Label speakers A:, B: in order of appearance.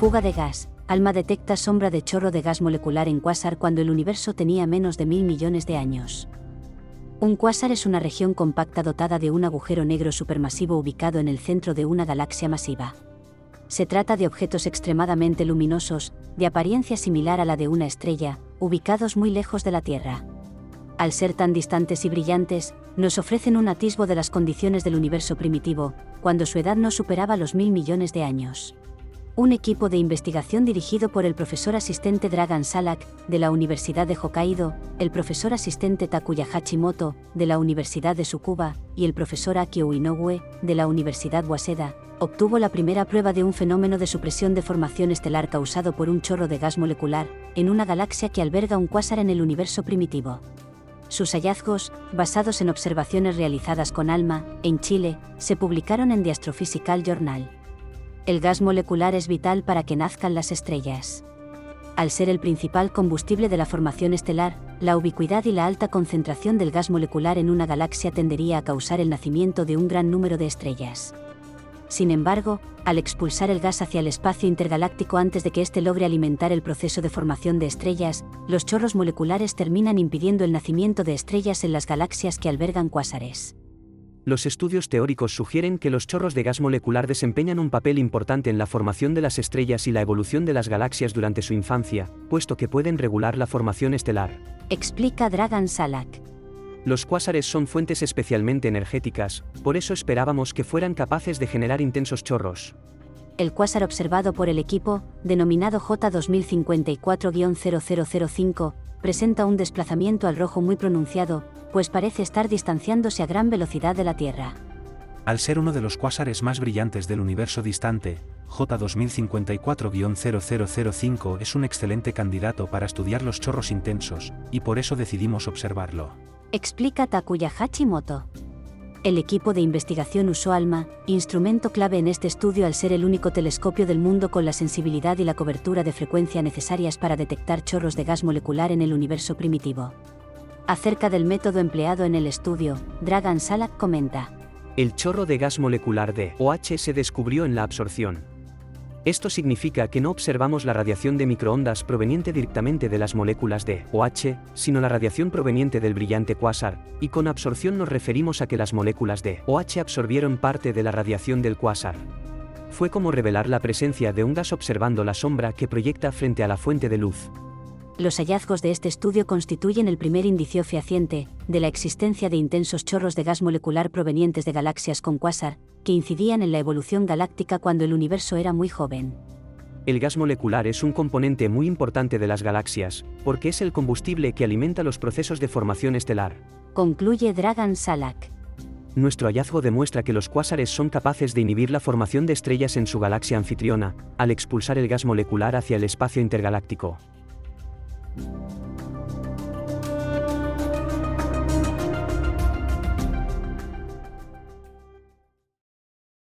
A: Fuga de gas. ALMA detecta sombra de chorro de gas molecular en cuásar cuando el universo tenía menos de 1000 millones de años. Un cuásar es una región compacta dotada de un agujero negro supermasivo ubicado en el centro de una galaxia masiva. Se trata de objetos extremadamente luminosos, de apariencia similar a la de una estrella, ubicados muy lejos de la Tierra. Al ser tan distantes y brillantes, nos ofrecen un atisbo de las condiciones del universo primitivo, cuando su edad no superaba los 1000 millones de años. Un equipo de investigación dirigido por el profesor asistente Dragan Salak, de la Universidad de Hokkaido, el profesor asistente Takuya Hachimoto, de la Universidad de Tsukuba, y el profesor Akio Inoue, de la Universidad Waseda, obtuvo la primera prueba de un fenómeno de supresión de formación estelar causado por un chorro de gas molecular, en una galaxia que alberga un cuásar en el universo primitivo. Sus hallazgos, basados en observaciones realizadas con ALMA, en Chile, se publicaron en The Astrophysical Journal. El gas molecular es vital para que nazcan las estrellas. Al ser el principal combustible de la formación estelar, la ubicuidad y la alta concentración del gas molecular en una galaxia tendería a causar el nacimiento de un gran número de estrellas. Sin embargo, al expulsar el gas hacia el espacio intergaláctico antes de que éste logre alimentar el proceso de formación de estrellas, los chorros moleculares terminan impidiendo el nacimiento de estrellas en las galaxias que albergan cuásares.
B: Los estudios teóricos sugieren que los chorros de gas molecular desempeñan un papel importante en la formación de las estrellas y la evolución de las galaxias durante su infancia, puesto que pueden regular la formación estelar.
A: Explica Dragan Salak.
B: Los cuásares son fuentes especialmente energéticas, por eso esperábamos que fueran capaces de generar intensos chorros.
A: El cuásar observado por el equipo, denominado J2054-0005, presenta un desplazamiento al rojo muy pronunciado, pues parece estar distanciándose a gran velocidad de la Tierra.
C: Al ser uno de los cuásares más brillantes del universo distante, J2054-0005 es un excelente candidato para estudiar los chorros intensos, y por eso decidimos observarlo.
A: Explica Takuya Hachimoto. El equipo de investigación usó ALMA, instrumento clave en este estudio al ser el único telescopio del mundo con la sensibilidad y la cobertura de frecuencia necesarias para detectar chorros de gas molecular en el universo primitivo. Acerca del método empleado en el estudio, Dragan Salak comenta:
B: el chorro de gas molecular de OH se descubrió en la absorción. Esto significa que no observamos la radiación de microondas proveniente directamente de las moléculas de OH, sino la radiación proveniente del brillante cuásar, y con absorción nos referimos a que las moléculas de OH absorbieron parte de la radiación del cuásar. Fue como revelar la presencia de un gas observando la sombra que proyecta frente a la fuente de luz.
A: Los hallazgos de este estudio constituyen el primer indicio fehaciente de la existencia de intensos chorros de gas molecular provenientes de galaxias con cuásar, que incidían en la evolución galáctica cuando el universo era muy joven.
B: El gas molecular es un componente muy importante de las galaxias, porque es el combustible que alimenta los procesos de formación estelar.
A: Concluye Dragan Salak.
B: Nuestro hallazgo demuestra que los cuásares son capaces de inhibir la formación de estrellas en su galaxia anfitriona, al expulsar el gas molecular hacia el espacio intergaláctico.